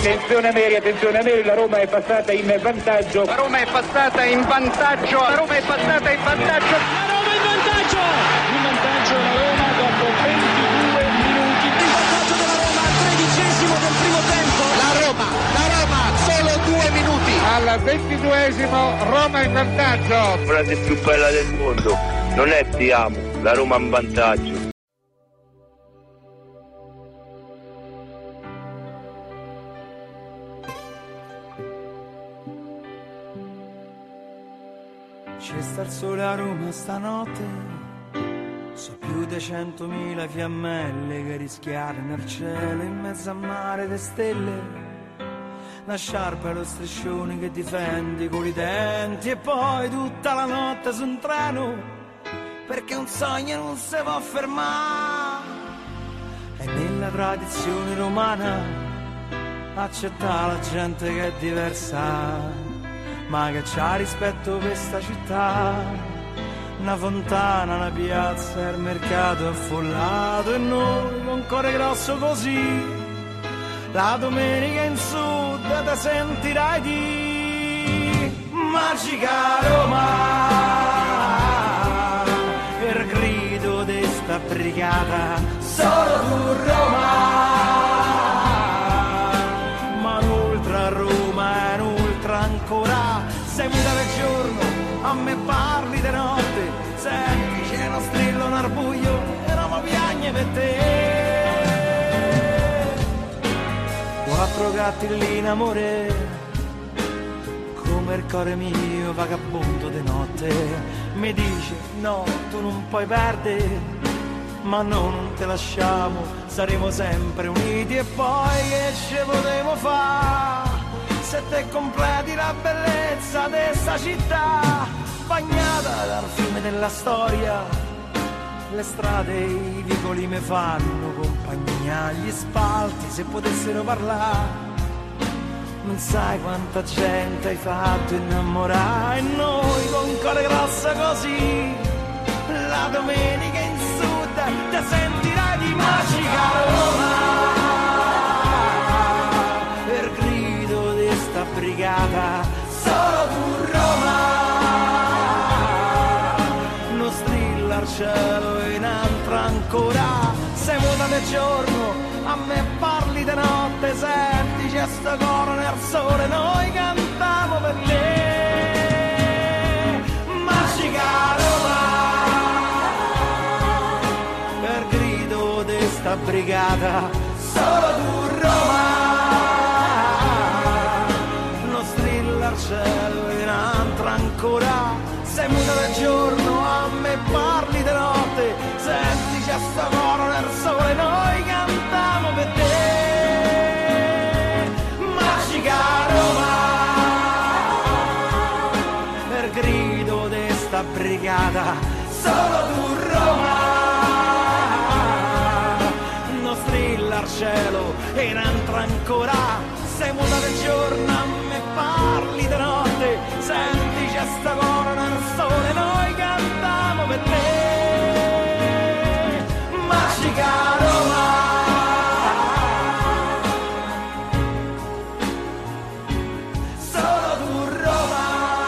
Attenzione Neri, la Roma è passata in vantaggio. La Roma è passata in vantaggio. La Roma in vantaggio. In vantaggio la Roma dopo 22 minuti. In vantaggio della Roma al 13° del primo tempo. La Roma, solo 2 minuti. Al 22esimo Roma in vantaggio. La frase più bella del mondo non è ti amo, la Roma in vantaggio. C'è sta il sole a Roma stanotte, so più di 100.000 fiammelle che rischiare nel cielo in mezzo a mare de stelle. Una sciarpa e lo striscione che difendi con i denti e poi tutta la notte su un treno, perché un sogno non si può fermare. E nella tradizione romana accettare la gente che è diversa, ma che c'ha rispetto per sta città. Una fontana, una piazza, il mercato affollato e noi con cuore grosso così. La domenica in sud te sentirai di Magica Roma, per grido di sta brigata, solo tu Roma. Ma un'ultra Roma è un'ultra ancora. Sei muta del giorno, a me parli di notte. Senti c'è uno strillo, un arbuglio e Roma piagne per te. 4 gatti lì in amore, come il cuore mio vagabondo di notte. Mi dice no, tu non puoi perdere, ma no, non te lasciamo, saremo sempre uniti. E poi che ci potremo fare se te completi la bellezza di sta città, bagnata dal fiume della storia. Le strade e i vicoli mi fanno compagnia, gli spalti se potessero parlare. Non sai quanta gente hai fatto innamorare, e noi con cuore grosso così. La domenica in sud te sentirai di Magica Roma, per grido di sta brigata, solo tu Roma. Non strilla al cielo e in altra ancora. Sei muta del giorno, a me parli di notte. Senti c'è sto coro nel sole, noi cantiamo per te. Magica Roma, per grido di sta brigata, solo tu Roma. Non strilla al cielo e in altra ancora. Sei muta del giorno, a me parli di notte. Senti c'è sto coro nel sole, noi cantiamo per te. Magica Roma, per grido di sta brigata, solo tu Roma. Non strilla al cielo e in altra ancora. Sei muta del giorno, a me parli di notte. Senti c'è sto coro nel sole, noi cantiamo per te. Magica Roma, solo tu Roma.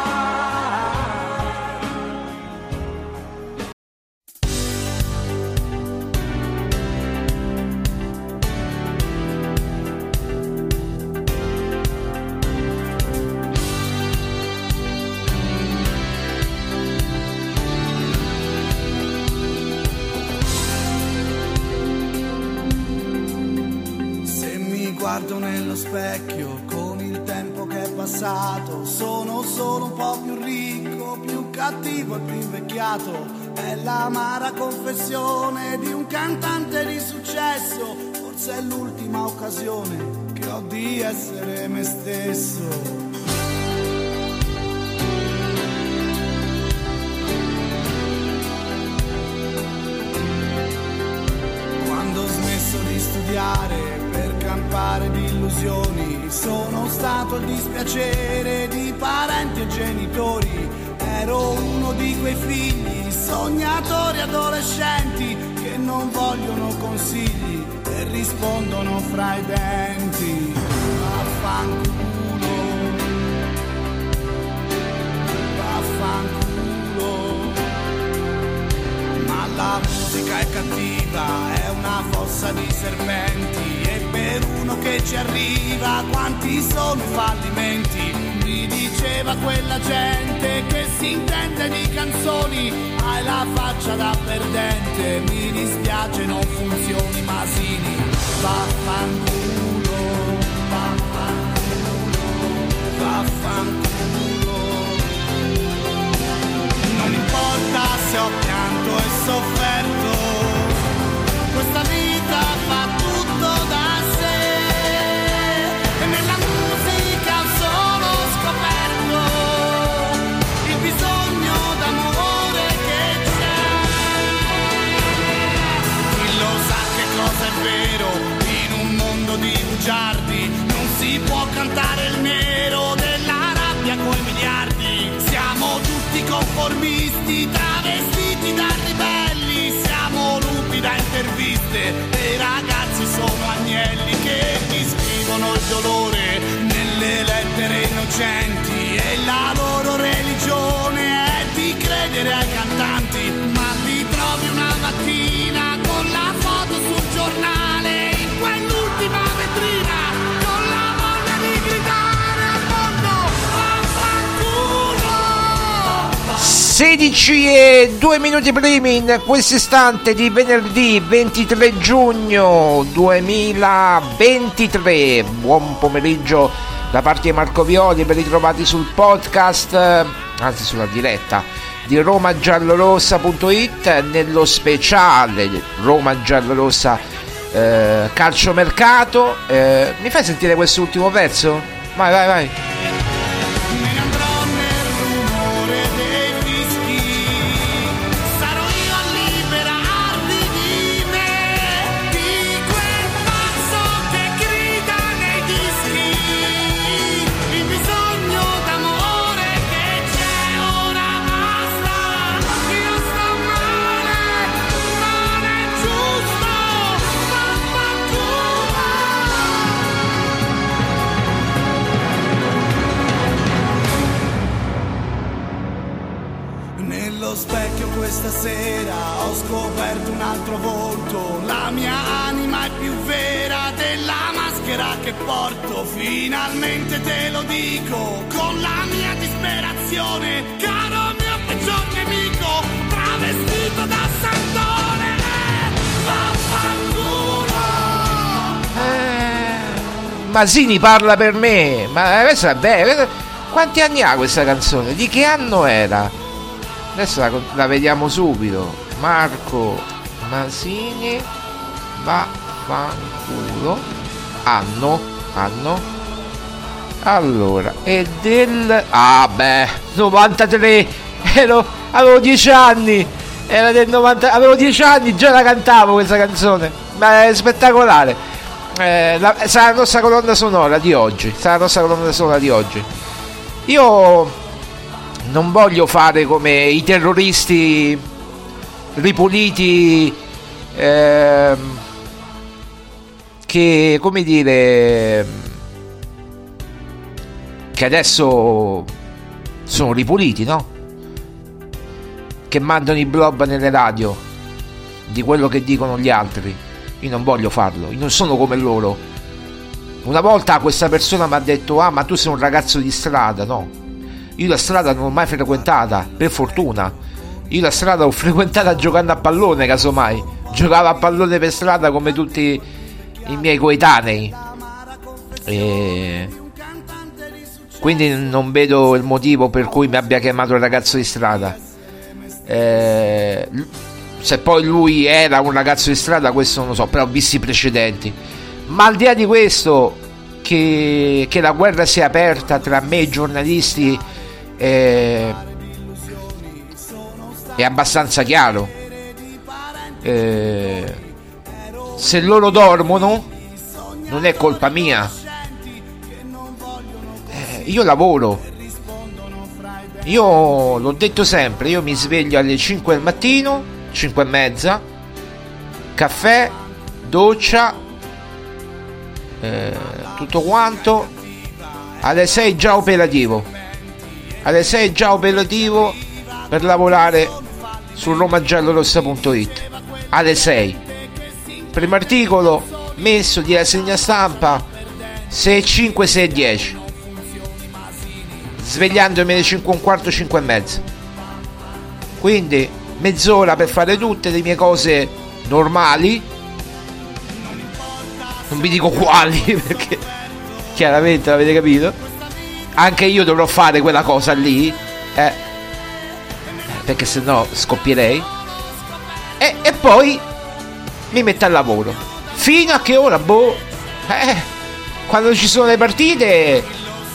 Guardo nello specchio con il tempo che è passato, sono solo un po' più ricco, più cattivo e più invecchiato. È l'amara confessione di un cantante di successo, forse è l'ultima occasione che ho di essere me stesso. Quando ho smesso di studiare per campare di illusioni, sono stato il dispiacere di parenti e genitori. Ero uno di quei figli, sognatori adolescenti, che non vogliono consigli e rispondono fra i denti. Ma vaffanculo, vaffanculo. Ma la musica è cattiva, è una fossa di serpenti, e per uno che ci arriva quanti sono i fallimenti. Mi diceva quella gente che si intende di canzoni, hai la faccia da perdente, mi dispiace non funzioni Masini. Vaffanculo, vaffanculo, vaffanculo. Non importa se ho pianto e sofferto, questa vita fa tutto da sé, e nella musica ho solo scoperto il bisogno d'amore che c'è. Chi lo sa che cosa è vero in un mondo di bugiardi, non si può cantare il nero della rabbia coi miliardi. Siamo tutti conformisti, travestiti da ribelli, siamo lupi da interviste, e i ragazzi sono agnelli che ti scrivono il dolore nelle lettere innocenti, e la loro religione è di credere ai cantanti. Ma li trovi una mattina con la foto sul giornale, in quell'ultima vetrina, con la voglia di gridare al mondo vaffanculo. 16:02 primi in questo istante di venerdì 23 giugno 2023. Buon pomeriggio da parte di Marco Violi, ben ritrovati sul podcast, anzi sulla diretta di romagiallorossa.it, nello speciale Roma Giallorossa calciomercato. Mi fai sentire quest'ultimo pezzo? Vai, vai, vai. Questa sera ho scoperto un altro volto, la mia anima è più vera della maschera che porto. Finalmente te lo dico con la mia disperazione, caro mio peggior nemico, travestito da santone. Vaffanculo. Masini parla per me, ma questa è bella. Quanti anni ha questa canzone? Di che anno era? Adesso la vediamo subito. Marco Masini, vaffanculo. Anno. Allora, è del 93. Avevo 10 anni. Era del 90. Avevo 10 anni, già la cantavo questa canzone. Ma è spettacolare. Sarà la nostra colonna sonora di oggi. Io non voglio fare come i terroristi ripuliti che, come dire, che adesso sono ripuliti, no? Che mandano i blob nelle radio di quello che dicono gli altri. Io non voglio farlo, io non sono come loro. Una volta questa persona mi ha detto: ah, ma tu sei un ragazzo di strada. No, io la strada non l'ho mai frequentata, per fortuna. Io la strada l'ho frequentata giocando a pallone, casomai. Giocavo a pallone per strada come tutti i miei coetanei. Quindi non vedo il motivo per cui mi abbia chiamato il ragazzo di strada. Se poi lui era un ragazzo di strada, questo non lo so, però ho visto i precedenti. Ma al di là di questo, che la guerra sia aperta tra me e i giornalisti è abbastanza chiaro. Se loro dormono non è colpa mia. Io lavoro, io l'ho detto sempre, io mi sveglio alle 5 del mattino, 5 e mezza, caffè, doccia, tutto quanto, alle 6 già operativo. Alle 6 già operativo per lavorare su romagiallorossa.it. Alle 6. Primo articolo messo di rassegna stampa 6:05, 6:10. Svegliandomi alle 5:15, 5:30. Quindi mezz'ora per fare tutte le mie cose normali. Non vi dico quali perché chiaramente l'avete capito. Anche io dovrò fare quella cosa lì, perché sennò scoppierei. E poi mi metto al lavoro. Fino a che ora? Quando ci sono le partite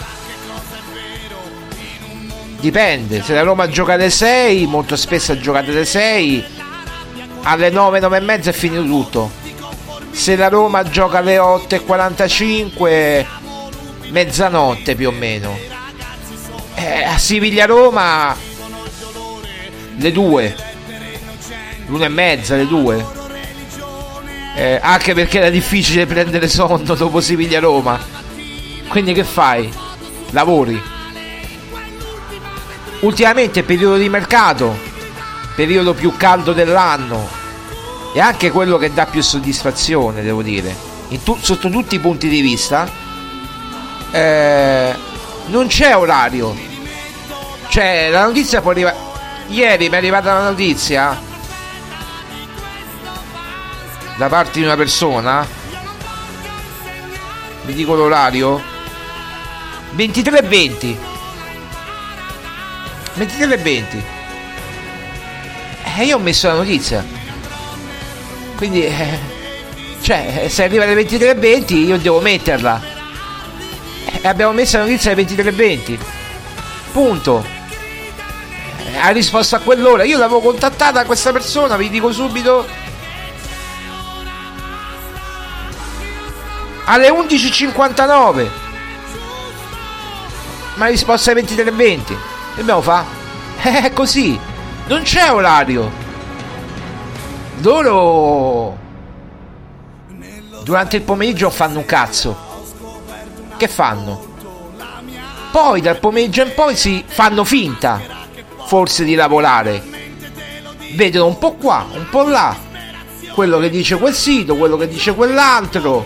dipende. Se la Roma gioca alle 6, molto spesso ha giocato alle 6, alle 9, 9:30 è finito tutto. Se la Roma gioca alle 8:45, mezzanotte più o meno. A Siviglia-Roma le 2, l'1:30, le 2. Anche perché era difficile prendere sonno dopo Siviglia-Roma. Quindi che fai? Lavori. Ultimamente è periodo di mercato, periodo più caldo dell'anno, e anche quello che dà più soddisfazione, devo dire, sotto tutti i punti di vista. Non c'è orario, cioè la notizia può arrivare. Ieri mi è arrivata la notizia da parte di una persona, vi dico l'orario, 23:20. 23:20. Io ho messo la notizia, quindi cioè se arriva alle 23:20 io devo metterla, e abbiamo messo la notizia alle 23:20, punto. Ha risposto a quell'ora. Io l'avevo contattata questa persona, vi dico subito, alle 11:59, ma ha risposto alle 23:20. Che dobbiamo fare? È così, non c'è orario. Loro durante il pomeriggio fanno un cazzo. Che fanno? Poi dal pomeriggio in poi si fanno finta forse di lavorare, vedono un po' qua, un po' là, quello che dice quel sito, quello che dice quell'altro,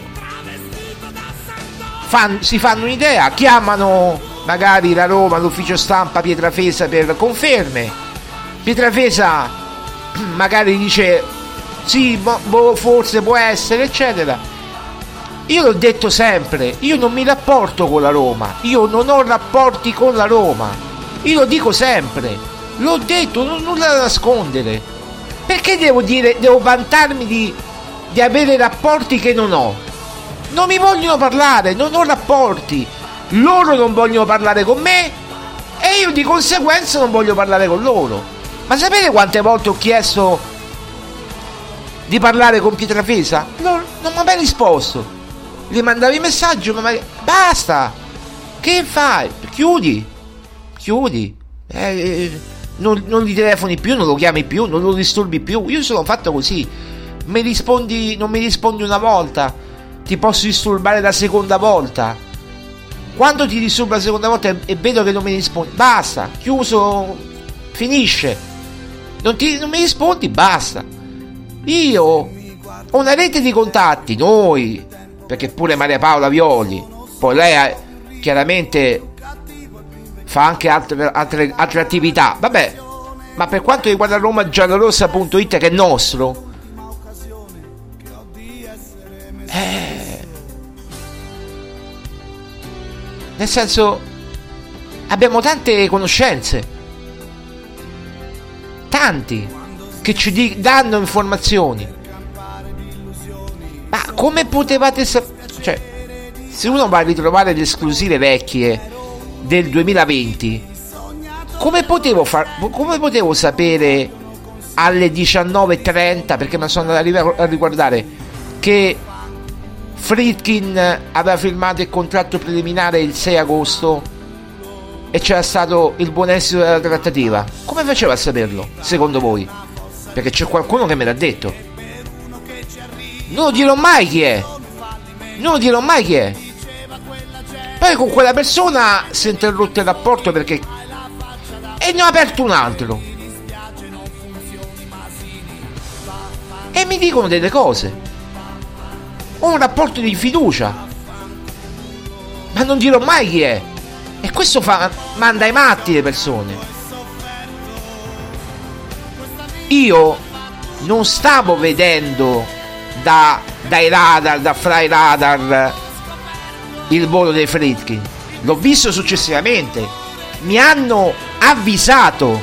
si fanno un'idea, chiamano magari la Roma, l'ufficio stampa Pietrafesa per conferme. Pietrafesa magari dice sì, forse può essere, eccetera. Io l'ho detto sempre, io non mi rapporto con la Roma, io non ho rapporti con la Roma, io lo dico sempre, l'ho detto, non nulla da nascondere. Perché devo vantarmi di avere rapporti che non ho? Non mi vogliono parlare, non ho rapporti. Loro non vogliono parlare con me e io di conseguenza non voglio parlare con loro. Ma sapete quante volte ho chiesto di parlare con Pietrafesa? Non mi ha mai risposto. Gli mandavi messaggio, ma basta. Che fai? Chiudi. Non li telefoni più, non lo chiami più, non lo disturbi più. Io sono fatto così. Non mi rispondi una volta, ti posso disturbare la seconda volta. Quando ti disturbo la seconda volta e vedo che non mi rispondi, basta, chiuso, finisce. Non mi rispondi, basta. Io ho una rete di contatti, noi, perché pure Maria Paola Violi, poi lei chiaramente fa anche altre attività, vabbè, ma per quanto riguarda romagiallorossa.it, che è nostro, nel senso, abbiamo tante conoscenze, tanti che ci danno informazioni. Ma come potevate cioè, se uno va a ritrovare le esclusive vecchie del 2020, come potevo sapere alle 19:30, perché mi sono andato a riguardare, che Friedkin aveva firmato il contratto preliminare il 6 agosto e c'era stato il buon esito della trattativa? Come facevo a saperlo, secondo voi? Perché c'è qualcuno che me l'ha detto. Non lo dirò mai chi è. Poi Poi con quella persona si è interrotto il rapporto perché e ne ho aperto un altro e mi dicono delle cose. Ho un rapporto di fiducia, ma non dirò mai chi è, e questo manda ai matti le persone. Io non stavo vedendo dai radar, da fra i radar, il volo dei Friedkin. L'ho visto successivamente. Mi hanno avvisato,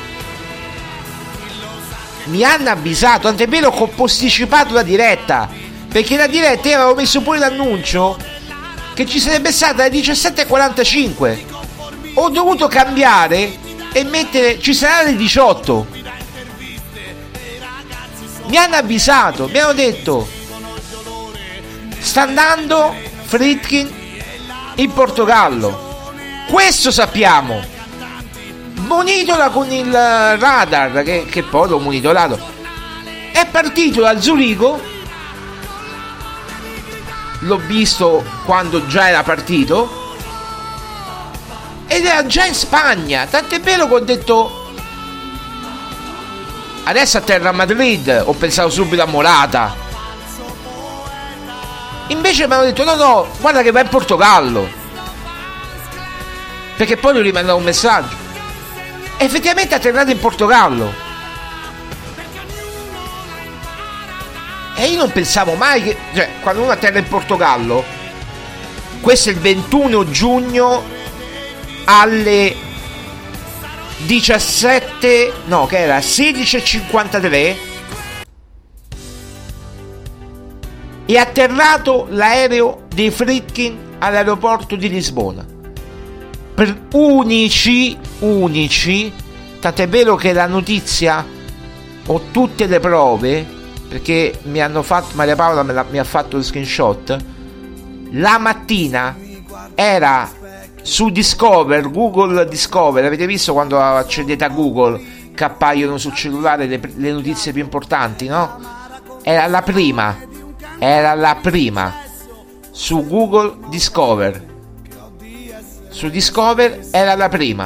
tant'è vero che ho posticipato la diretta, perché la diretta avevo messo pure l'annuncio che ci sarebbe stata alle 17:45. Ho dovuto cambiare e mettere ci sarà alle 18. Mi hanno avvisato, mi hanno detto sta andando Friedkin in Portogallo. Questo sappiamo. Monitora con il radar, che poi l'ho monitorato. È partito da Zurigo, l'ho visto quando già era partito, ed era già in Spagna. Tant'è vero che ho detto adesso atterra a Madrid. Ho pensato subito a Morata, invece mi hanno detto no, guarda che va in Portogallo, perché poi gli rimandato un messaggio. Effettivamente è atterrato in Portogallo, e io non pensavo mai che, cioè, quando uno atterra in Portogallo, questo è il 21 giugno alle 16:53, è atterrato l'aereo dei Friedkin all'aeroporto di Lisbona. Per unici, tant'è vero che la notizia, ho tutte le prove, perché mi hanno fatto, Maria Paola mi ha fatto lo screenshot, la mattina era su Discover, Google Discover. Avete visto quando accedete a Google che appaiono sul cellulare le notizie più importanti, no? Era la prima su Google Discover. Su Discover era la prima.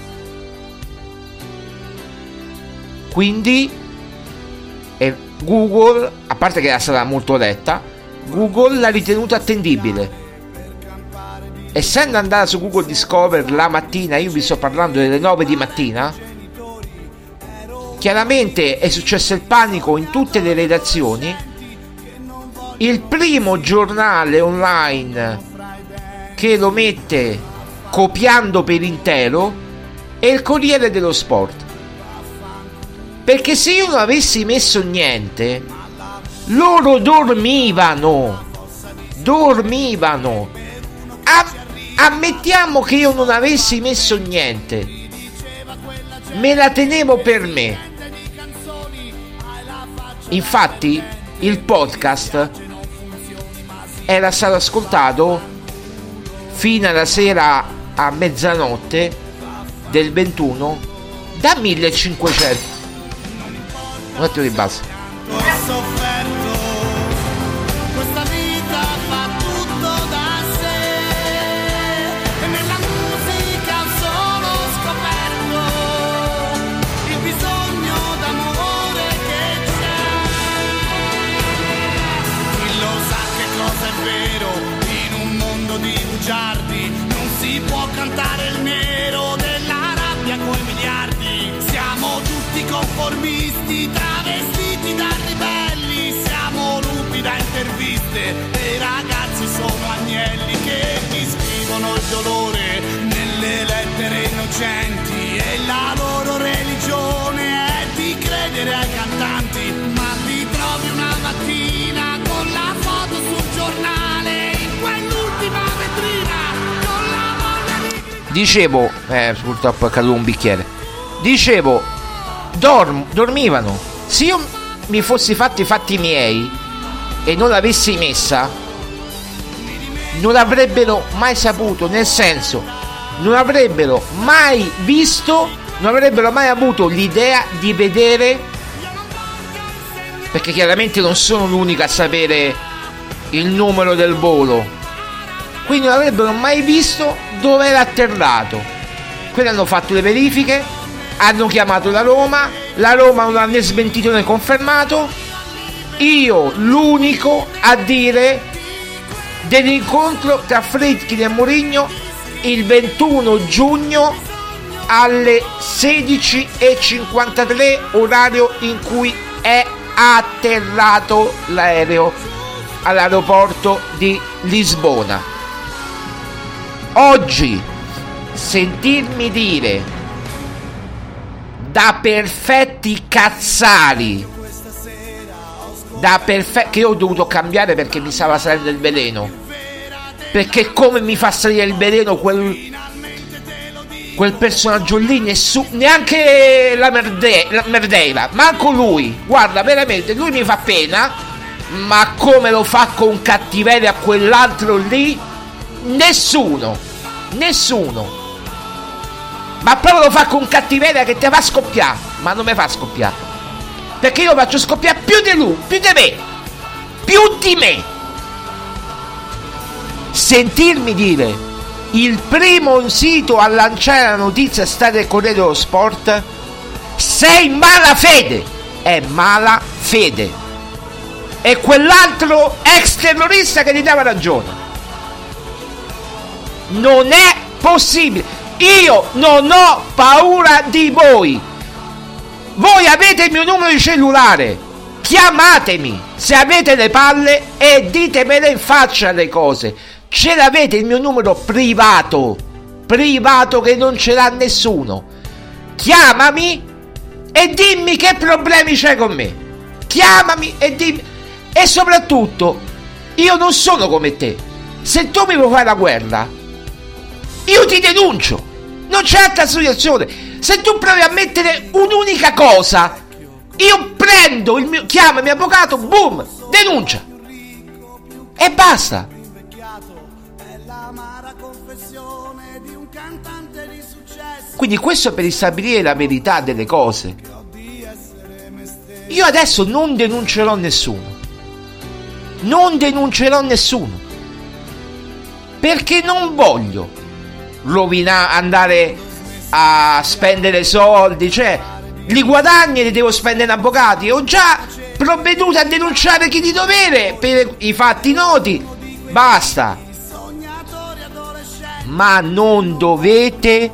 Quindi Google, a parte che era stata molto letta, Google l'ha ritenuta attendibile. Essendo andata su Google Discover la mattina, io vi sto parlando delle 9 di mattina, chiaramente è successo il panico in tutte le redazioni. Il primo giornale online che lo mette copiando per intero è il Corriere dello Sport, perché se io non avessi messo niente, loro dormivano. Ammettiamo che io non avessi messo niente, me la tenevo per me. Infatti il podcast era stato ascoltato fino alla sera a mezzanotte del 21 da 1500. Un attimo di base. Questa vita fa tutto da sé, e nella musica ho solo scoperto il bisogno d'amore che c'è. Chi lo sa che cosa è vero in un mondo di bugiardi? Non si può cantare il nero della rabbia coi miliardi. Siamo tutti conformisti, travestiti da ribelli, siamo lupi da interviste e i ragazzi sono agnelli che ti scrivono il dolore nelle lettere innocenti, e la loro religione è di credere ai cantanti, ma ti trovi una mattina con la foto sul giornale in quell'ultima vetrina con la voglia di... Dicevo, purtroppo è caduto un bicchiere. Dicevo, dormivano. Se io mi fossi fatto i fatti miei e non l'avessi messa, non avrebbero mai saputo, nel senso, non avrebbero mai visto, non avrebbero mai avuto l'idea di vedere, perché chiaramente non sono l'unica a sapere il numero del volo, quindi non avrebbero mai visto dove era atterrato. Quindi hanno fatto le verifiche, hanno chiamato la Roma non ha né smentito né confermato. Io l'unico a dire dell'incontro tra Friedkin e Mourinho il 21 giugno alle 16:53, orario in cui è atterrato l'aereo all'aeroporto di Lisbona. Oggi sentirmi dire da perfetti cazzari, che io ho dovuto cambiare perché mi stava salendo il veleno, perché come mi fa salire il veleno quel personaggio lì, neanche la Merdeira, manco lui, guarda, veramente lui mi fa pena, ma come lo fa con cattiveria quell'altro lì, nessuno, ma proprio lo fa con cattiveria che te fa scoppiare, ma non mi fa scoppiare, perché io faccio scoppiare più di lui, più di me. Sentirmi dire il primo sito a lanciare la notizia è stato il Corriere dello Sport, sei in malafede, è malafede, e quell'altro ex terrorista che gli dava ragione. Non è possibile, io non ho paura di voi avete il mio numero di cellulare, chiamatemi se avete le palle e ditemele in faccia le cose. Ce l'avete il mio numero privato che non ce l'ha nessuno. Chiamami e dimmi che problemi c'hai con me. Chiamami e dimmi. E soprattutto, io non sono come te. Se tu mi vuoi fare la guerra, io ti denuncio. Non c'è altra situazione. Se tu provi a mettere un'unica cosa, io prendo chiamo il mio avvocato, boom, denuncia. E basta. Quindi questo è per stabilire la verità delle cose. Io adesso non denuncerò nessuno, perché non voglio rovinare, andare a spendere soldi, cioè li guadagni e li devo spendere in avvocati. Ho già provveduto a denunciare chi di dovere per i fatti noti, basta. Ma non dovete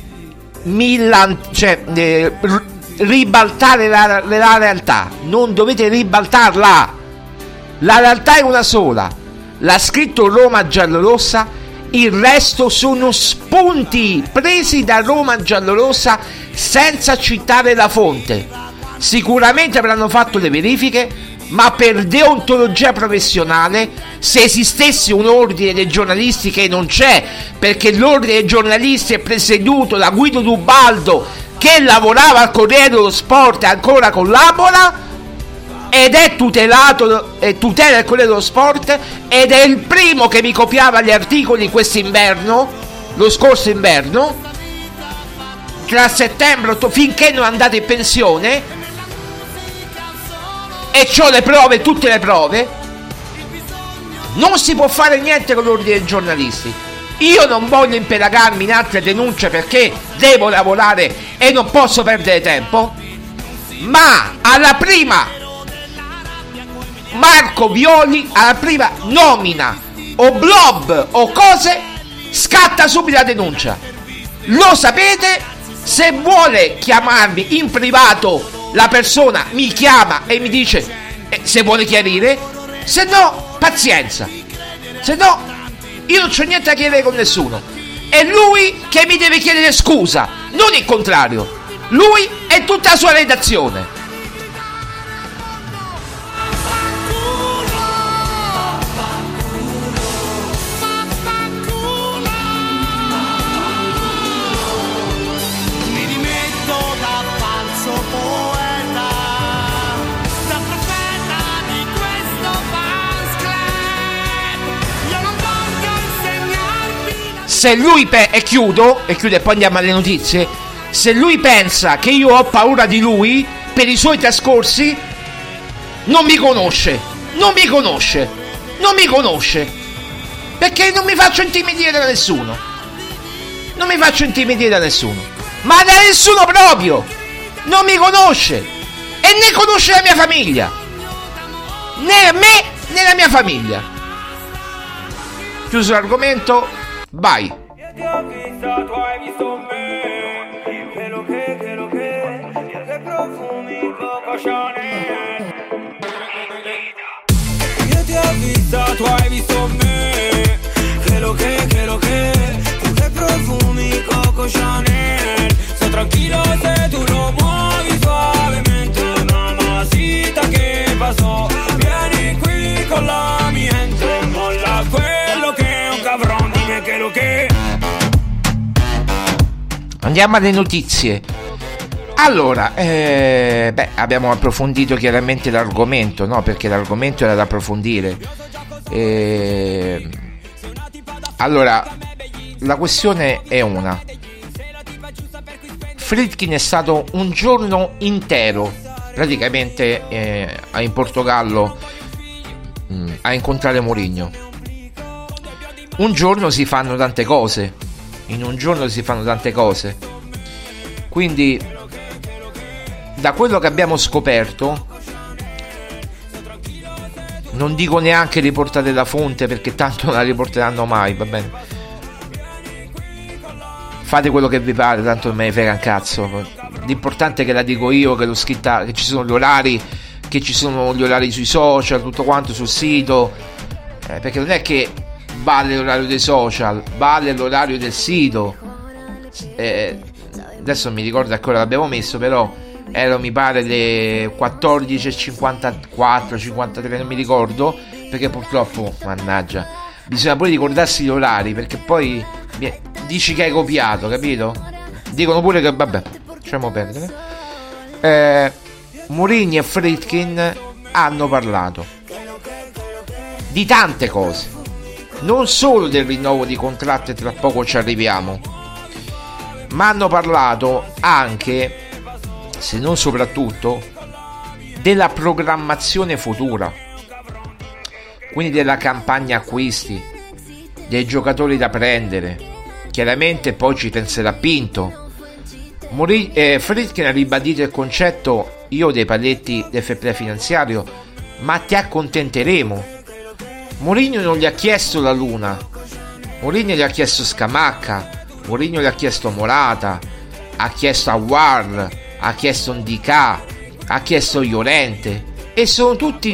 ribaltare la realtà, non dovete ribaltarla. La realtà è una sola, l'ha scritto Roma Giallorossa, il resto sono spunti presi da Roma Giallorossa senza citare la fonte. Sicuramente avranno fatto le verifiche, ma per deontologia professionale, se esistesse un ordine dei giornalisti, che non c'è, perché l'ordine dei giornalisti è presieduto da Guido Dubaldo, che lavorava al Corriere dello Sport e ancora collabora, ed è tutelato e tutela il Corriere dello Sport, ed è il primo che mi copiava gli articoli quest'inverno, lo scorso inverno, tra settembre finché non andate in pensione, e c'ho le prove, tutte le prove. Non si può fare niente con l'ordine dei giornalisti. Io non voglio impelagarmi in altre denunce perché devo lavorare e non posso perdere tempo, ma alla prima Marco Violi, alla prima nomina o blob o cose, scatta subito la denuncia. Lo sapete. Se vuole chiamarmi in privato, la persona mi chiama e mi dice se vuole chiarire, se no pazienza, se no io non c'ho niente da chiedere con nessuno. È lui che mi deve chiedere scusa, non il contrario. Lui e tutta la sua redazione. Se lui e chiudo e poi andiamo alle notizie. Se lui pensa che io ho paura di lui per i suoi trascorsi, non mi conosce. perché non mi faccio intimidire da nessuno, non mi faccio intimidire da nessuno, ma da nessuno proprio. Non mi conosce e né conosce la mia famiglia, né me né la mia famiglia. Chiuso l'argomento, vai. Io ti ho vista, tu hai visto me. Che lo che, tu che profumi Coco Chanel. Sto tranquillo se tu lo muovi suavemente. Mamacita, che pasó? Vieni qui con la mia gente. Molla quello che è un cabrón, dime che lo che. Andiamo alle notizie. Allora, abbiamo approfondito chiaramente l'argomento, no? Perché l'argomento era da approfondire. Allora, la questione è una. Friedkin è stato un giorno intero, praticamente, in Portogallo a incontrare Mourinho. Un giorno si fanno tante cose. In un giorno si fanno tante cose. Quindi, da quello che abbiamo scoperto, non dico neanche riportate la fonte, perché tanto non la riporteranno mai, va bene? Fate quello che vi pare, tanto non me ne frega un cazzo. L'importante è che la dico io, che l'ho scritta, che ci sono gli orari, che ci sono gli orari sui social, tutto quanto sul sito, perché non è che vale l'orario dei social, vale l'orario del sito. Adesso non mi ricordo a che ora l'abbiamo messo, però erano, mi pare, le 14:54, 53, non mi ricordo, perché purtroppo, mannaggia, bisogna pure ricordarsi gli orari, perché poi dici che hai copiato, capito? Dicono pure che, vabbè, lasciamo perdere. Mourinho e Friedkin hanno parlato di tante cose, non solo del rinnovo di contratto, e tra poco ci arriviamo, ma hanno parlato anche, se non soprattutto, della programmazione futura, quindi della campagna acquisti, dei giocatori da prendere. Chiaramente poi ci penserà Pinto. Friedkin ha ribadito il concetto: io dei paletti del fair play finanziario, ma ti accontenteremo. Mourinho non gli ha chiesto la Luna, Mourinho gli ha chiesto Scamacca, Mourinho gli ha chiesto Morata, ha chiesto Aouar, ha chiesto Ndicà, ha chiesto Llorente, e sono tutti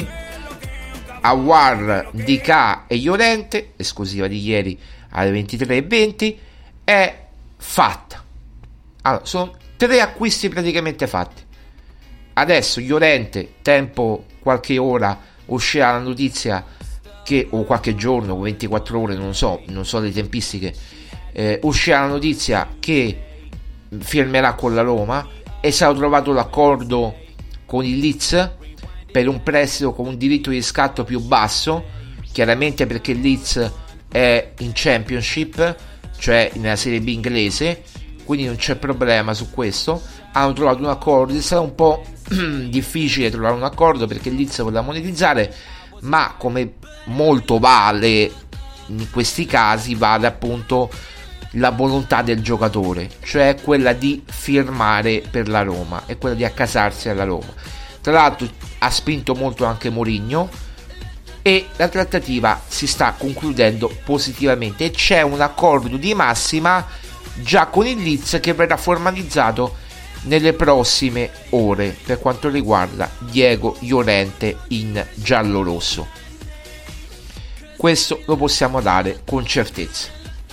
Aouar, Ndicà e Llorente, esclusiva di ieri alle 23:20, è fatta. Allora, sono 3 acquisti praticamente fatti. Adesso Llorente, tempo qualche ora uscirà la notizia che, o qualche giorno, 24 ore, non so le tempistiche, uscirà la notizia che firmerà con la Roma, e sarà trovato l'accordo con il Leeds per un prestito con un diritto di scatto più basso, chiaramente perché il Leeds è in Championship, cioè nella Serie B inglese, quindi non c'è problema su questo. Hanno trovato un accordo, sarà un po' difficile trovare un accordo perché il Leeds vuole monetizzare, ma come molto vale in questi casi, vale appunto la volontà del giocatore, cioè quella di firmare per la Roma e quella di accasarsi alla Roma. Tra l'altro ha spinto molto anche Mourinho e la trattativa si sta concludendo positivamente, e c'è un accordo di massima già con il Leeds che verrà formalizzato nelle prossime ore per quanto riguarda Diego Llorente in giallo-rosso. Questo lo possiamo dare con certezza.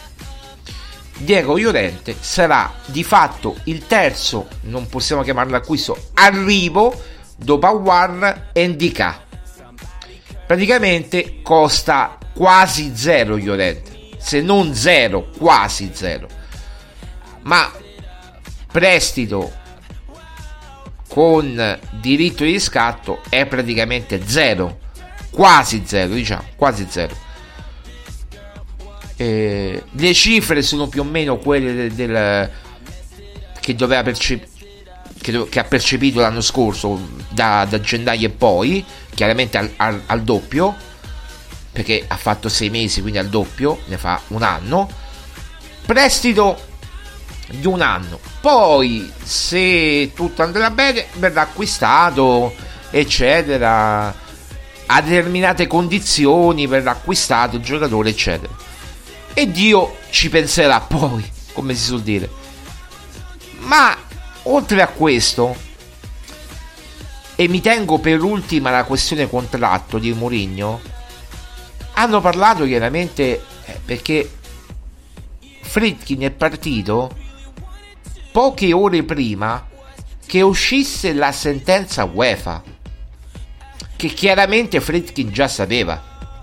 Diego Llorente sarà di fatto il terzo, non possiamo chiamarlo acquisto, arrivo dopo Aouar e Ndicà. Praticamente costa quasi zero Llorente, se non zero, quasi zero, ma prestito con diritto di riscatto è praticamente zero, quasi zero, diciamo, quasi zero. Le cifre sono più o meno quelle che doveva che ha percepito l'anno scorso, da gennaio e poi, chiaramente al doppio. perché ha fatto 6 mesi, quindi al doppio, ne fa un anno, prestito di un anno, poi se tutto andrà bene verrà acquistato eccetera, a determinate condizioni verrà acquistato il giocatore eccetera, e Dio ci penserà poi, come si suol dire. Ma oltre a questo, e mi tengo per ultima la questione contratto di Mourinho, hanno parlato chiaramente perché Friedkin è partito poche ore prima che uscisse la sentenza UEFA, che chiaramente Friedkin già sapeva.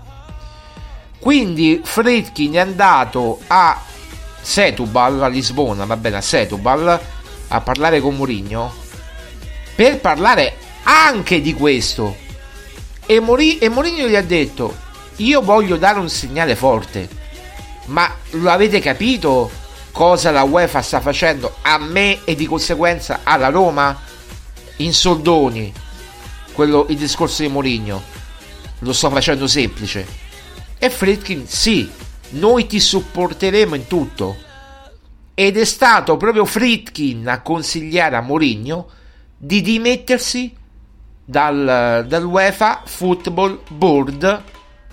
Quindi Friedkin è andato a Setúbal, a Lisbona, va bene, a Setúbal, a parlare con Mourinho per parlare anche di questo, e Mourinho gli ha detto: io voglio dare un segnale forte, ma lo avete capito cosa la UEFA sta facendo a me e di conseguenza alla Roma? In soldoni, il discorso di Mourinho lo sto facendo semplice. E Friedkin: sì, noi ti supporteremo in tutto. Ed è stato proprio Friedkin a consigliare a Mourinho di dimettersi dal UEFA Football Board,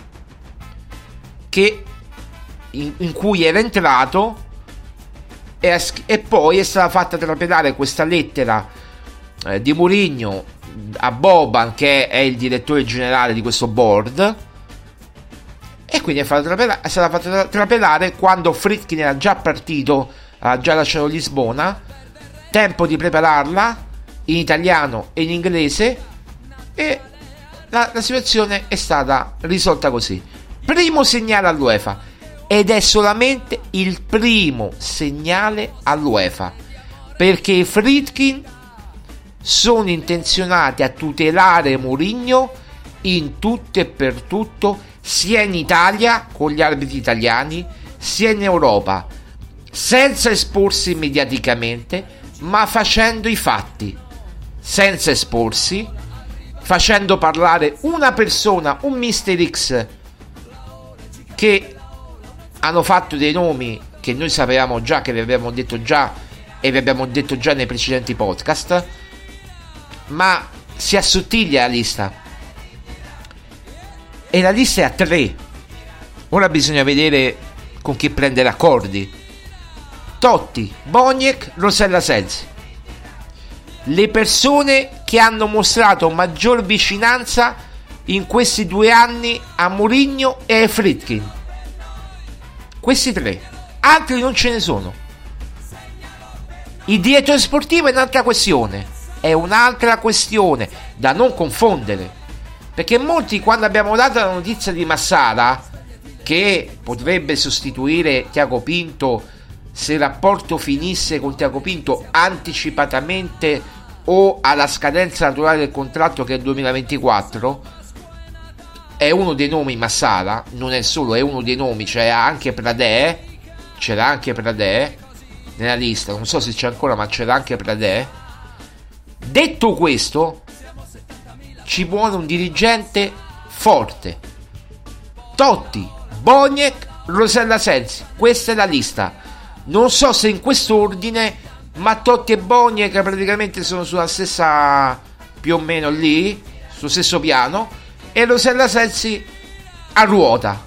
che in cui era entrato, e poi è stata fatta trapelare questa lettera di Mourinho a Boban, che è il direttore generale di questo board, e quindi è stata fatta trapelare quando Friedkin era già partito, ha già lasciato Lisbona, tempo di prepararla in italiano e in inglese, e la situazione è stata risolta così. Primo segnale all'UEFA, ed è solamente il primo segnale all'UEFA, perché i Friedkin sono intenzionati a tutelare Mourinho in tutto e per tutto, sia in Italia con gli arbitri italiani, sia in Europa, senza esporsi mediaticamente, ma facendo i fatti, senza esporsi, facendo parlare una persona, un Mister X, che hanno fatto dei nomi che noi sapevamo già, che vi abbiamo detto già e vi abbiamo detto già nei precedenti podcast, ma si assottiglia la lista, e la lista è a 3. Ora bisogna vedere con chi prendere accordi. Totti, Boniek, Rosella Selsi, le persone che hanno mostrato maggior vicinanza in questi 2 anni a Mourinho e a Friedkin. Questi 3, altri non ce ne sono. Il direttore sportivo è un'altra questione, da non confondere, perché molti, quando abbiamo dato la notizia di Massara che potrebbe sostituire Tiago Pinto se il rapporto finisse con Tiago Pinto anticipatamente o alla scadenza naturale del contratto, che è il 2024, è uno dei nomi Massara, non è solo, è uno dei nomi. C'era anche Pradè nella lista, non so se c'è ancora, ma c'era anche Pradè. Detto questo, ci vuole un dirigente forte. Totti, Boniek, Rosella Selsi, questa è la lista. Non so se in quest'ordine, ma Totti e Boniek praticamente sono sulla stessa, più o meno lì, sullo stesso piano, e Rosella Selsi a ruota.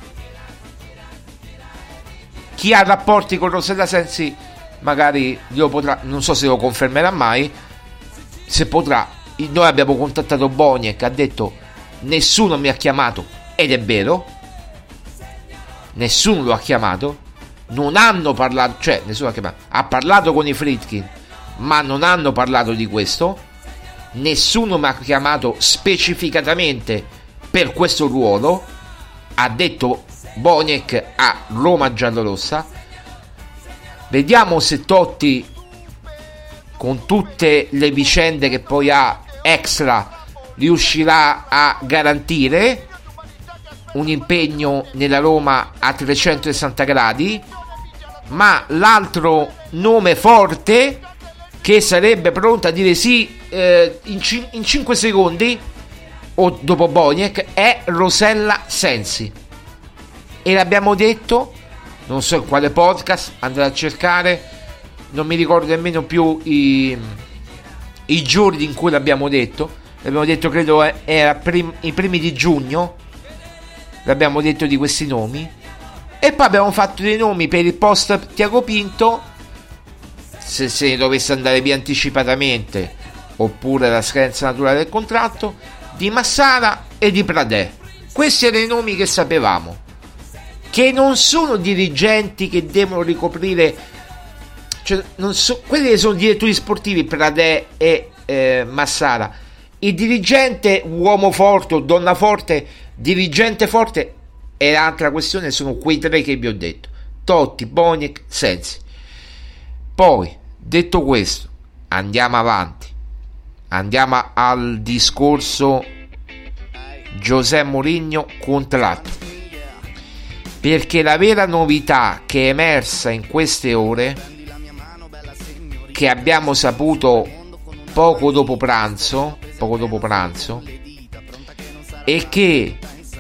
Chi ha rapporti con Rosella Selsi magari lo potrà, non so se lo confermerà mai, se potrà. Noi abbiamo contattato Boniek, ha detto: nessuno mi ha chiamato, ed è vero, nessuno lo ha chiamato, non hanno parlato, cioè nessuno ha chiamato, ha parlato con i Friedkin, ma non hanno parlato di questo, nessuno mi ha chiamato specificatamente per questo ruolo, ha detto Boniek a Roma giallorossa. Vediamo se Totti, con tutte le vicende che poi ha extra, riuscirà a garantire un impegno nella Roma a 360 gradi. Ma l'altro nome forte, che sarebbe pronto a dire sì in 5 secondi o dopo Boniek, è Rosella Selsi. e l'abbiamo detto, non so in quale podcast, andate a cercare, non mi ricordo nemmeno più i giorni in cui l'abbiamo detto credo era i primi di giugno, l'abbiamo detto di questi nomi, e poi abbiamo fatto dei nomi per il post Tiago Pinto, se ne dovesse andare via anticipatamente, oppure la scadenza naturale del contratto, di Massara e di Pradè. Questi erano i nomi che sapevamo, che non sono dirigenti che devono ricoprire, cioè quelli che sono direttori sportivi, Pradè e Massara. Il dirigente uomo forte o donna forte, dirigente forte, è l'altra questione, sono quei tre che vi ho detto: Totti, Boniek, Sensi. Poi, detto questo, andiamo avanti, andiamo al discorso José Mourinho contratto, perché la vera novità che è emersa in queste ore, che abbiamo saputo poco dopo pranzo, è che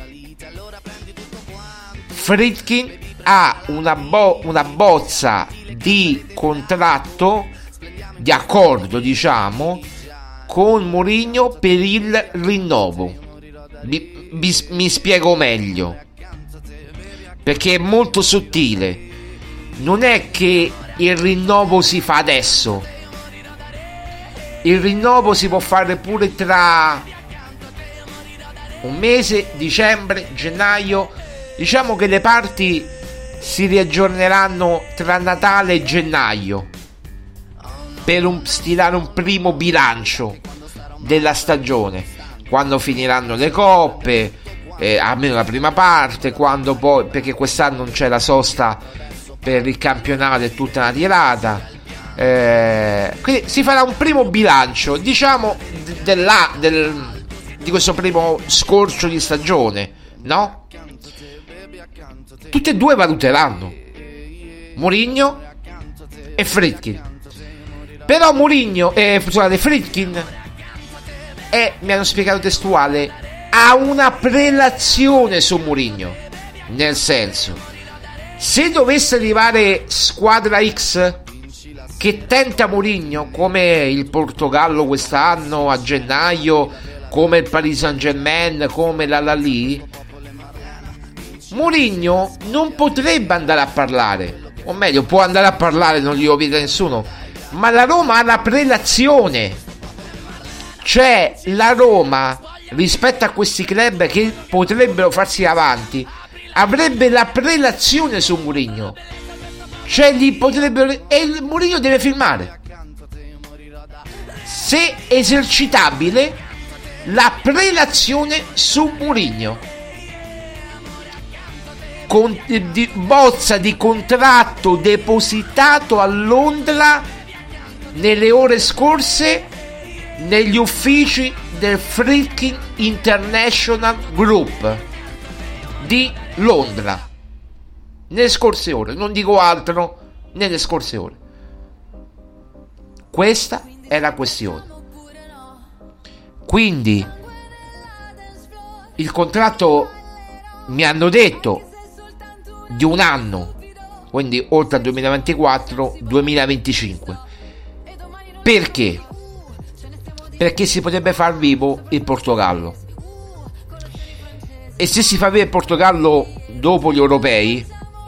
Friedkin ha una bozza di contratto, di accordo diciamo, con Mourinho per il rinnovo. Mi spiego meglio, perché è molto sottile. Non è che il rinnovo si fa adesso, il rinnovo si può fare pure tra un mese, dicembre, gennaio. Diciamo che le parti si riaggiorneranno tra Natale e gennaio per stilare un primo bilancio della stagione, quando finiranno le coppe, almeno la prima parte, quando poi, perché quest'anno non c'è la sosta per il campionato, è tutta una tirata, quindi si farà un primo bilancio, diciamo, di questo primo scorcio di stagione, no? Tutte e due valuteranno, Mourinho e Friedkin. Però Friedkin mi hanno spiegato testuale, ha una prelazione su Mourinho, nel senso, se dovesse arrivare squadra X che tenta Mourinho, come il Portogallo quest'anno a gennaio, come il Paris Saint-Germain, come l'Al-Ahly, Mourinho non potrebbe andare a parlare, o meglio può andare a parlare, non glielo vede nessuno, ma la Roma ha la prelazione, cioè la Roma rispetto a questi club che potrebbero farsi avanti avrebbe la prelazione su Mourinho, cioè gli potrebbero, e Mourinho deve firmare, se esercitabile, la prelazione su Mourinho con bozza di contratto depositato a Londra nelle ore scorse negli uffici del Friedkin International Group di Londra, nelle scorse ore, non dico altro, nelle scorse ore. Questa è la questione. Quindi il contratto, mi hanno detto, di un anno, quindi oltre al 2024-2025. Perché? Perché si potrebbe far vivo il Portogallo, e se si fa vivo il Portogallo dopo gli europei,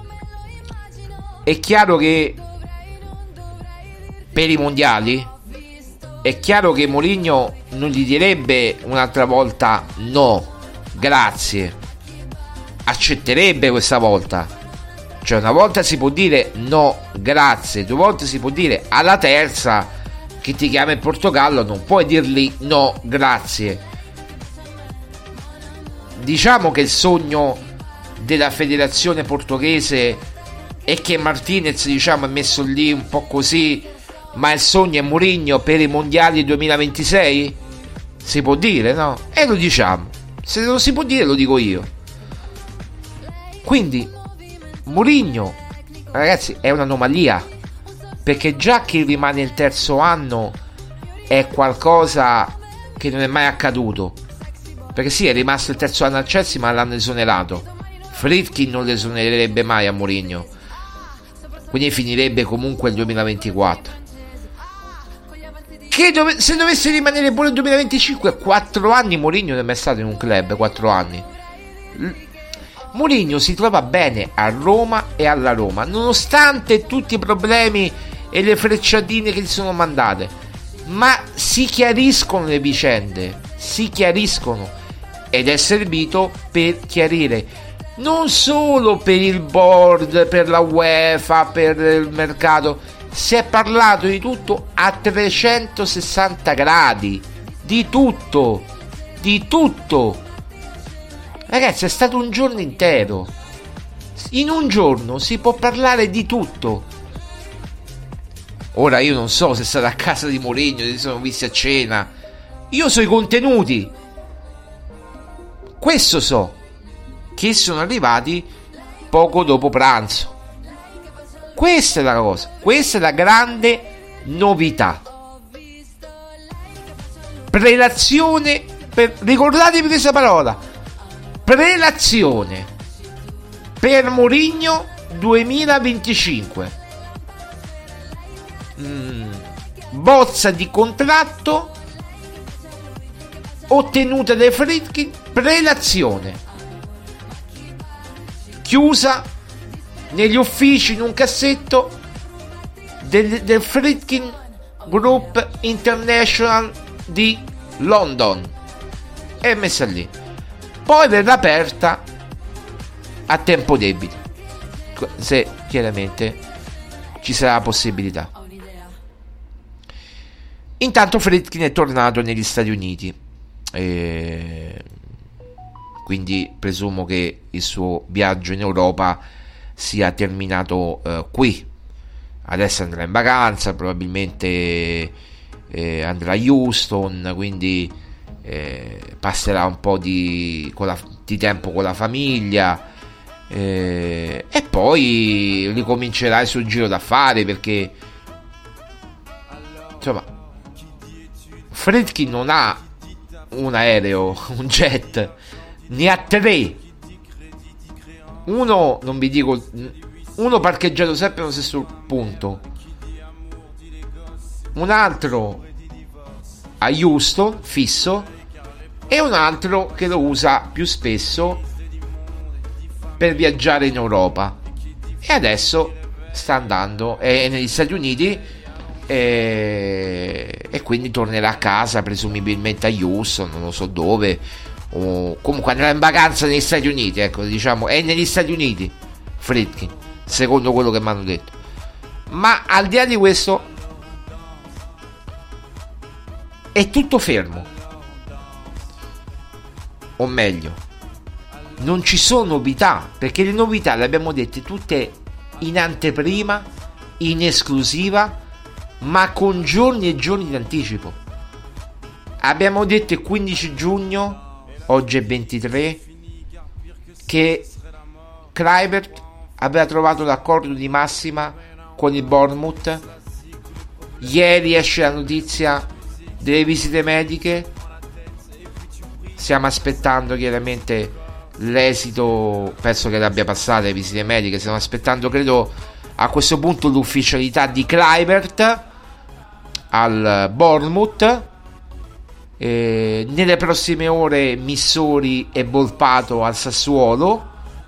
è chiaro che per i mondiali è chiaro che Mourinho non gli direbbe un'altra volta no, grazie, accetterebbe questa volta, cioè una volta si può dire no, grazie, due volte si può dire, alla terza che ti chiama il Portogallo non puoi dirgli no, grazie. Diciamo che il sogno della federazione portoghese è che Martinez, diciamo, è messo lì un po' così, ma il sogno è Mourinho per i mondiali 2026? Si può dire, no? E lo diciamo. Se non si può dire, lo dico io. Quindi Mourinho, ragazzi, è un'anomalia, perché già che rimane il terzo anno è qualcosa che non è mai accaduto, perché sì, è rimasto il terzo anno al Chelsea ma l'hanno esonerato, Friedkin non le suonerebbe mai a Mourinho, quindi finirebbe comunque il 2024. Se dovesse rimanere pure il 2025, 4 anni Mourinho non è mai stato in un club, 4 anni. Mourinho si trova bene a Roma e alla Roma, nonostante tutti i problemi e le frecciatine che gli sono mandate, ma si chiariscono le vicende, si chiariscono, ed è servito per chiarire non solo per il board, per la UEFA, per il mercato. Si è parlato di tutto a 360 gradi, di tutto, ragazzi. È stato un giorno intero. In un giorno si può parlare di tutto. Ora io non so se sarà a casa di Mourinho, si sono visti a cena. Io so i contenuti, questo so, che sono arrivati poco dopo pranzo. Questa è la cosa, questa è la grande novità. Prelazione, ricordatevi questa parola, prelazione per Mourinho 2025. Bozza di contratto ottenuta dai Friedkin, prelazione chiusa negli uffici in un cassetto del Friedkin Group International di London, è messa lì, poi verrà aperta a tempo debito se chiaramente ci sarà la possibilità. Intanto Friedkin è tornato negli Stati Uniti, quindi presumo che il suo viaggio in Europa sia terminato qui. Adesso andrà in vacanza, probabilmente andrà a Houston, quindi passerà un po' di tempo con la famiglia, e poi ricomincerà il suo giro d'affari, perché insomma Friedkin non ha un aereo, un jet, ne ha 3. Uno, non vi dico, uno parcheggiato sempre nello stesso punto, un altro a Houston fisso e un altro che lo usa più spesso per viaggiare in Europa, e adesso sta andando negli Stati Uniti, e quindi tornerà a casa presumibilmente a Houston, non lo so dove, o comunque andrà in vacanza negli Stati Uniti, ecco, diciamo è negli Stati Uniti Friedkin, secondo quello che mi hanno detto. Ma al di là di questo è tutto fermo, o meglio non ci sono novità, perché le novità le abbiamo dette tutte in anteprima, in esclusiva, ma con giorni e giorni di anticipo. Abbiamo detto il 15 giugno, oggi è 23, che Kluivert aveva trovato l'accordo di massima con il Bournemouth. Ieri esce la notizia delle visite mediche, stiamo aspettando chiaramente l'esito, penso che l'abbia passata le visite mediche, stiamo aspettando credo a questo punto l'ufficialità di Kluivert al Bournemouth. Nelle prossime ore Missori e Volpato al Sassuolo,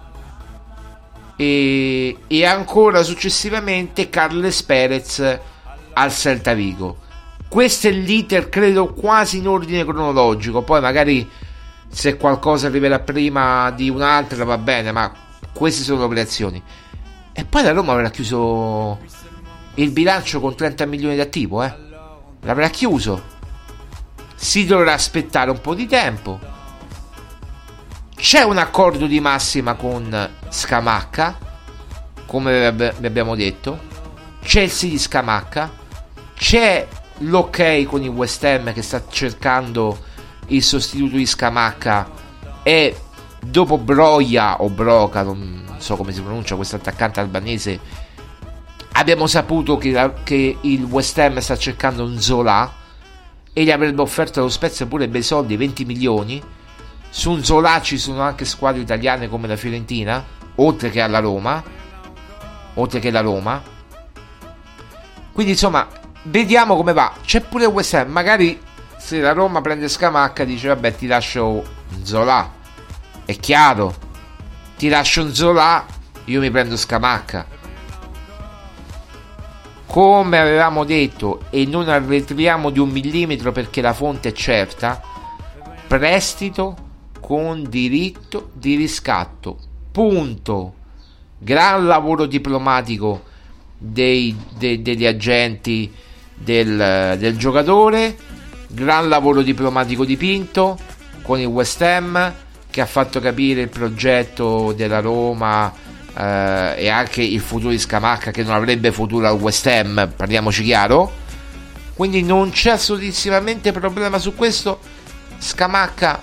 e ancora successivamente Carles Perez al Celta Vigo. Questo è l'iter, credo quasi in ordine cronologico, poi magari se qualcosa arriverà prima di un'altra va bene, ma queste sono le azioni. E poi la Roma avrà chiuso il bilancio con 30 milioni di attivo, l'avrà chiuso. Si dovrà aspettare un po' di tempo. C'è un accordo di massima con Scamacca, come vi abbiamo detto. C'è il sì di Scamacca, c'è l'ok con il West Ham che sta cercando il sostituto di Scamacca, e dopo Broja o Broca, non so come si pronuncia, questo attaccante albanese, abbiamo saputo che il West Ham sta cercando un Zola e gli avrebbe offerto allo Spezia pure bei soldi, 20 milioni, su Nzola ci sono anche squadre italiane come la Fiorentina, oltre che la Roma. Quindi insomma vediamo come va. C'è pure West Ham, magari se la Roma prende Scamacca dice vabbè ti lascio Nzola, è chiaro, ti lascio Nzola, io mi prendo Scamacca. Come avevamo detto, e non arretriamo di 1 millimetro perché la fonte è certa, prestito con diritto di riscatto, punto. Gran lavoro diplomatico degli agenti del giocatore, gran lavoro diplomatico di Pinto con il West Ham, che ha fatto capire il progetto della Roma e anche il futuro di Scamacca, che non avrebbe futuro al West Ham, parliamoci chiaro. Quindi non c'è assolutissimamente problema su questo. Scamacca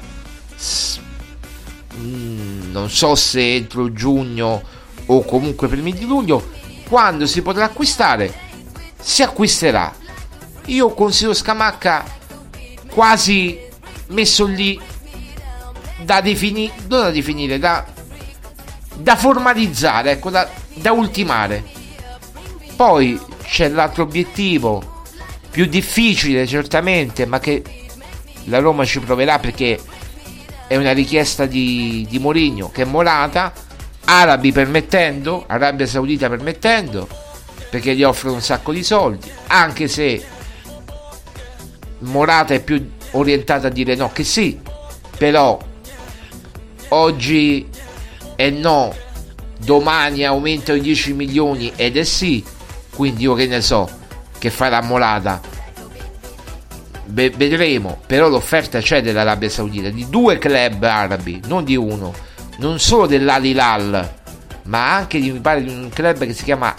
non so se entro giugno o comunque primi di luglio, quando si potrà acquistare si acquisterà. Io considero Scamacca quasi messo lì da definire, non da definire, da formalizzare, ecco, da ultimare. Poi c'è l'altro obiettivo più difficile certamente, ma che la Roma ci proverà perché è una richiesta di Mourinho, che è Morata, Arabia Saudita permettendo, perché gli offrono un sacco di soldi, anche se Morata è più orientato a dire no che sì, però oggi è no, domani aumentano i 10 milioni ed è sì, quindi io che ne so che farà Morata, vedremo. Però l'offerta c'è dell'Arabia Saudita, di 2 club arabi, non di uno, non solo dell'Al Hilal, ma anche mi pare di un club che si chiama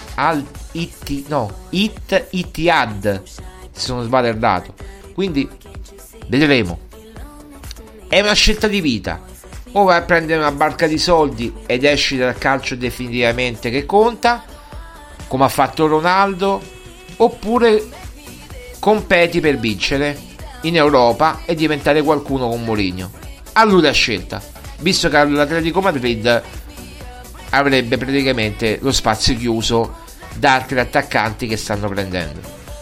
Ittihad, se non sbaglio il dato. Quindi vedremo, è una scelta di vita. O vai a prendere una barca di soldi ed esci dal calcio definitivamente che conta, come ha fatto Ronaldo, oppure competi per vincere in Europa e diventare qualcuno con Mourinho. A lui la scelta, visto che l'Atletico Madrid avrebbe praticamente lo spazio chiuso da altri attaccanti che stanno prendendo.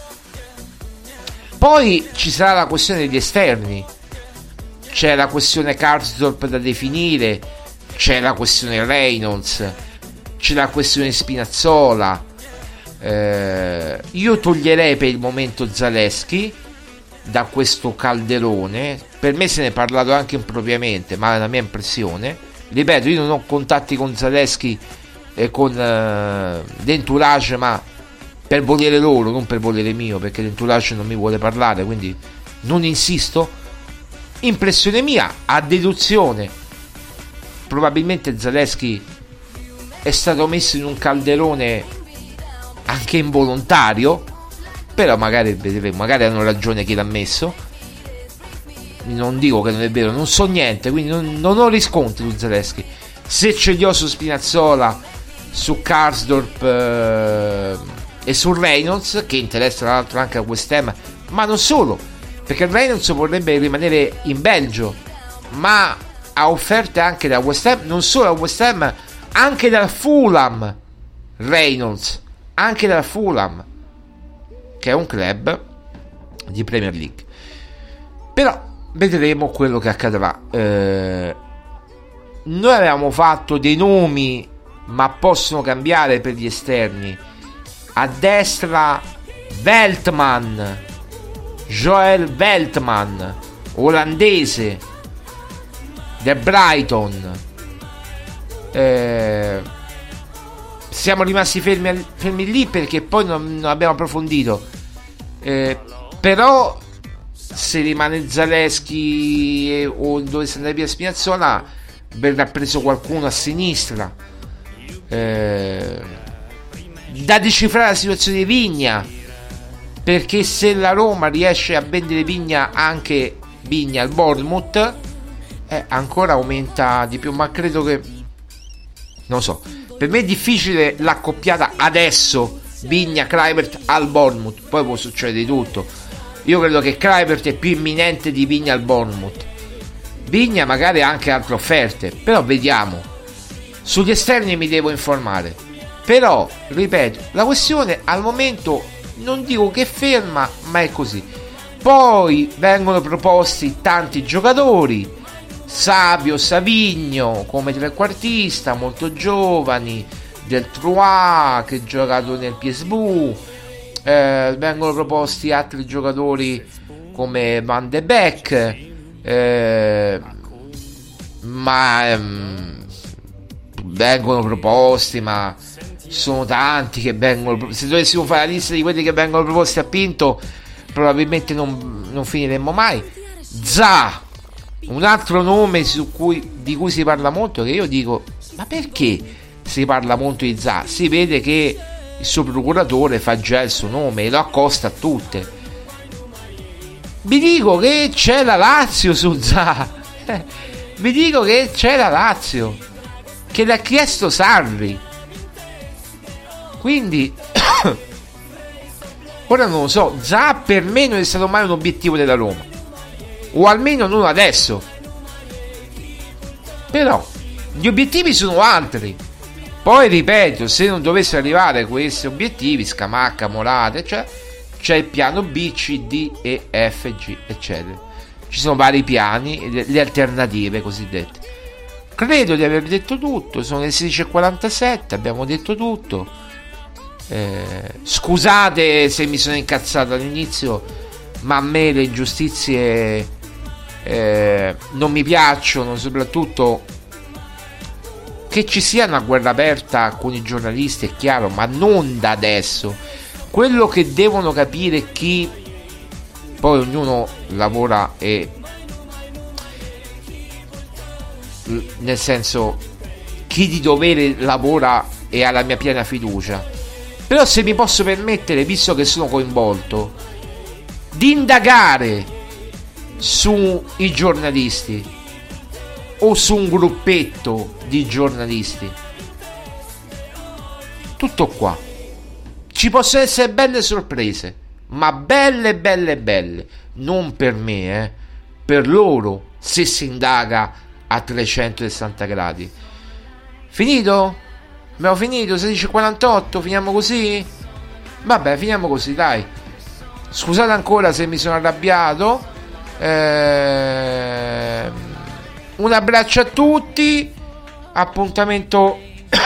Poi ci sarà la questione degli esterni, c'è la questione Karsdorp da definire, c'è la questione Reynolds, c'è la questione Spinazzola. Io toglierei per il momento Zalewski da questo calderone. Per me se ne è parlato anche impropriamente, ma è la mia impressione. Ripeto, io non ho contatti con Zalewski e con l'entourage, ma per volere loro, non per volere mio, perché l'entourage non mi vuole parlare, quindi non insisto. Impressione mia, a deduzione, probabilmente Zalewski è stato messo in un calderone anche involontario, però magari vedremo, magari hanno ragione chi l'ha messo. Non dico che non è vero, non so niente, quindi non ho riscontri su Zalewski. Se ce li ho su Spinazzola, su Karsdorp e su Reynolds, che interessa tra l'altro anche a West Ham, ma non solo, perché Reynolds vorrebbe rimanere in Belgio, ma ha offerte anche da West Ham, non solo da West Ham, anche dal Fulham. Reynolds, anche dal Fulham, che è un club di Premier League. Però vedremo quello che accadrà. Noi avevamo fatto dei nomi, ma possono cambiare per gli esterni. A destra Joel Veltman, olandese del Brighton. Siamo rimasti fermi lì perché poi non abbiamo approfondito. Però se rimane Zalewski o dovesse andare via Spinazzola, verrà preso qualcuno a sinistra. Da decifrare la situazione di Vigna, perché se la Roma riesce a vendere Vigna al Bournemouth, ancora aumenta di più. Ma credo che, non so, per me è difficile l'accoppiata adesso Vigna-Kluivert al Bournemouth, poi può succedere di tutto. Io credo che Kluivert è più imminente di Vigna al Bournemouth, Vigna magari ha anche altre offerte, però vediamo. Sugli esterni mi devo informare. Però, ripeto, la questione al momento non dico che è ferma, ma è così. Poi vengono proposti tanti giocatori, Savio, Savigno come trequartista, molto giovani, Del Trois che ha giocato nel PSV, vengono proposti altri giocatori come Van de Beek, vengono proposti, ma sono tanti che vengono. Se dovessimo fare la lista di quelli che vengono proposti a Pinto, probabilmente non finiremmo mai. Za, un altro nome di cui si parla molto, che io dico, ma perché si parla molto di Za? Si vede che il suo procuratore fa già il suo nome e lo accosta a tutte. Vi dico che c'è la Lazio su Za. Vi dico che c'è la Lazio che l'ha chiesto Sarri. Quindi ora non lo so, Za per me non è stato mai un obiettivo della Roma, o almeno non adesso. Però gli obiettivi sono altri. Poi ripeto, se non dovessero arrivare questi obiettivi, Scamacca, Morata, cioè, c'è il piano B, C, D, E, F, G, eccetera. Ci sono vari piani, le alternative cosiddette. Credo di aver detto tutto. Sono le 16:47, abbiamo detto tutto. Scusate se mi sono incazzato all'inizio, ma a me le ingiustizie non mi piacciono, soprattutto che ci sia una guerra aperta con i giornalisti, è chiaro, ma non da adesso. Quello che devono capire chi, poi ognuno lavora e, nel senso, chi di dovere lavora e ha la mia piena fiducia. Però se mi posso permettere, visto che sono coinvolto, di indagare sui giornalisti o su un gruppetto di giornalisti, tutto qua. Ci possono essere belle sorprese, ma belle, non per me, per loro, se si indaga a 360 gradi. Finito? Abbiamo finito? 16:48, finiamo così? Vabbè, finiamo così, dai. Scusate ancora se mi sono arrabbiato. Un abbraccio a tutti. Appuntamento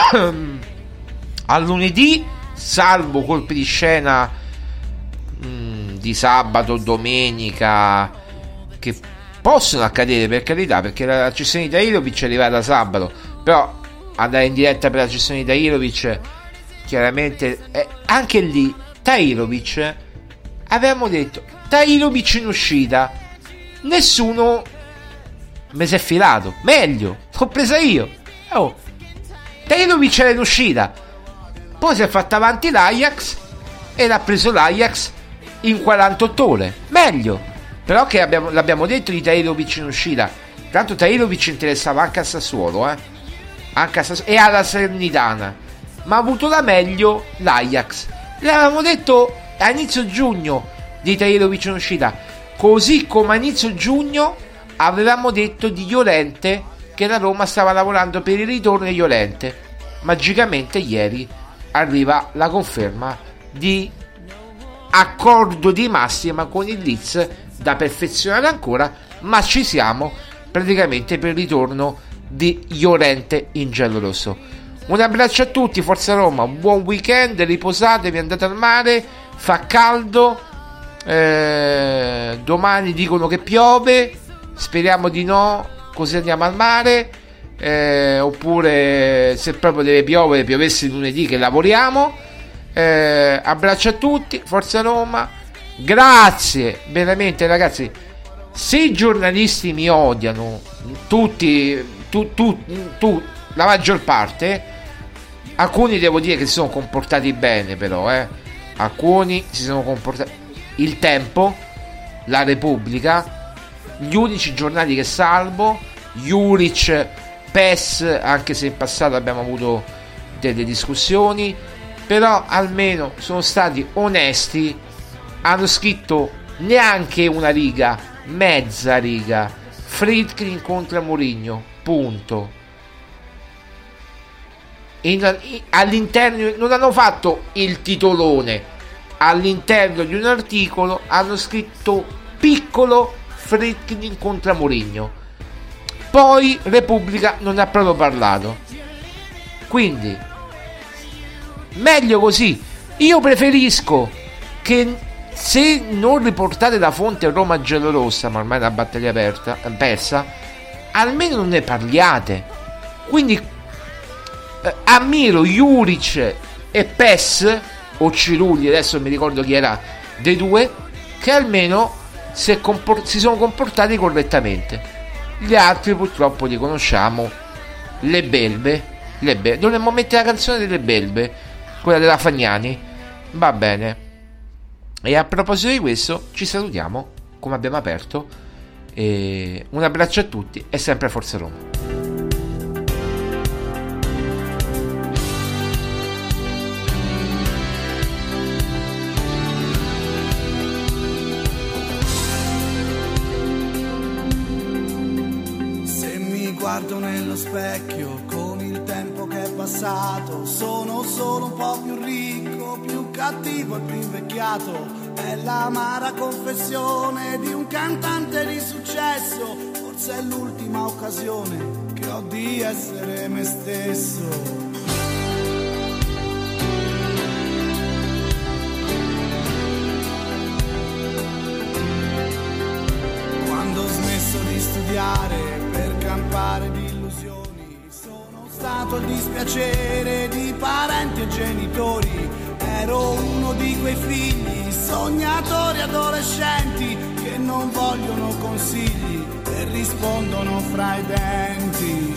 a lunedì, salvo colpi di scena di sabato, domenica, che possono accadere, per carità, perché la cessione di Tahirovic è arrivata sabato. Però andare in diretta per la cessione di Tahirovic, chiaramente anche lì Tahirovic, avevamo detto Tahirovic in uscita, nessuno mi si è filato. Meglio, l'ho presa io. Tahirovic era in uscita, poi si è fatto avanti l'Ajax e l'ha preso l'Ajax in 48 ore. Meglio. Però che l'abbiamo detto di Tahirovic in uscita. Tanto Tahirovic interessava anche a Sassuolo, e alla Salernitana, ma ha avuto la meglio l'Ajax. L'avevamo detto a inizio giugno di Tahirovic in uscita, così come a inizio giugno avevamo detto di Llorente, che la Roma stava lavorando per il ritorno di Llorente. Magicamente ieri arriva la conferma di accordo di massima con il Leeds, da perfezionare ancora, ma ci siamo praticamente per il ritorno di Llorente in giallorosso. Un abbraccio a tutti, forza Roma, un buon weekend, riposatevi, andate al mare, fa caldo, domani dicono che piove, speriamo di no, così andiamo al mare, oppure se proprio deve piovere, piovesse lunedì che lavoriamo. Abbraccio a tutti, forza Roma, grazie veramente ragazzi. Se i giornalisti mi odiano, tutti, la maggior parte, alcuni devo dire che si sono comportati bene, però alcuni si sono comportati. Il Tempo, la Repubblica, gli unici giornali che salvo, Juric, PES, anche se in passato abbiamo avuto delle discussioni, però almeno sono stati onesti, hanno scritto neanche una riga, mezza riga, Friedkin incontra Mourinho, punto. All'interno non hanno fatto il titolone, all'interno di un articolo hanno scritto piccolo Friedkin incontra Mourinho, poi Repubblica non ha proprio parlato, quindi meglio così. Io preferisco che, se non riportate la fonte Roma giallorossa, ma ormai è una battaglia persa, almeno non ne parliate. Quindi ammiro Juric e Pes o Cirulli, adesso mi ricordo chi era dei due, che almeno si sono comportati correttamente. Gli altri purtroppo li conosciamo. Le belve, dovremmo mettere la canzone delle belve, quella della Fagnani. Va bene. E a proposito di questo ci salutiamo come abbiamo aperto, e un abbraccio a tutti e sempre Forza Roma. Guardo nello specchio con il tempo che è passato, sono solo un po' più ricco, più cattivo e più invecchiato. È l'amara confessione di un cantante di successo, forse è l'ultima occasione che ho di essere me stesso. Quando ho smesso di studiare per campare di illusioni, sono stato il dispiacere di parenti e genitori. Ero uno di quei figli sognatori adolescenti che non vogliono consigli e rispondono fra i denti.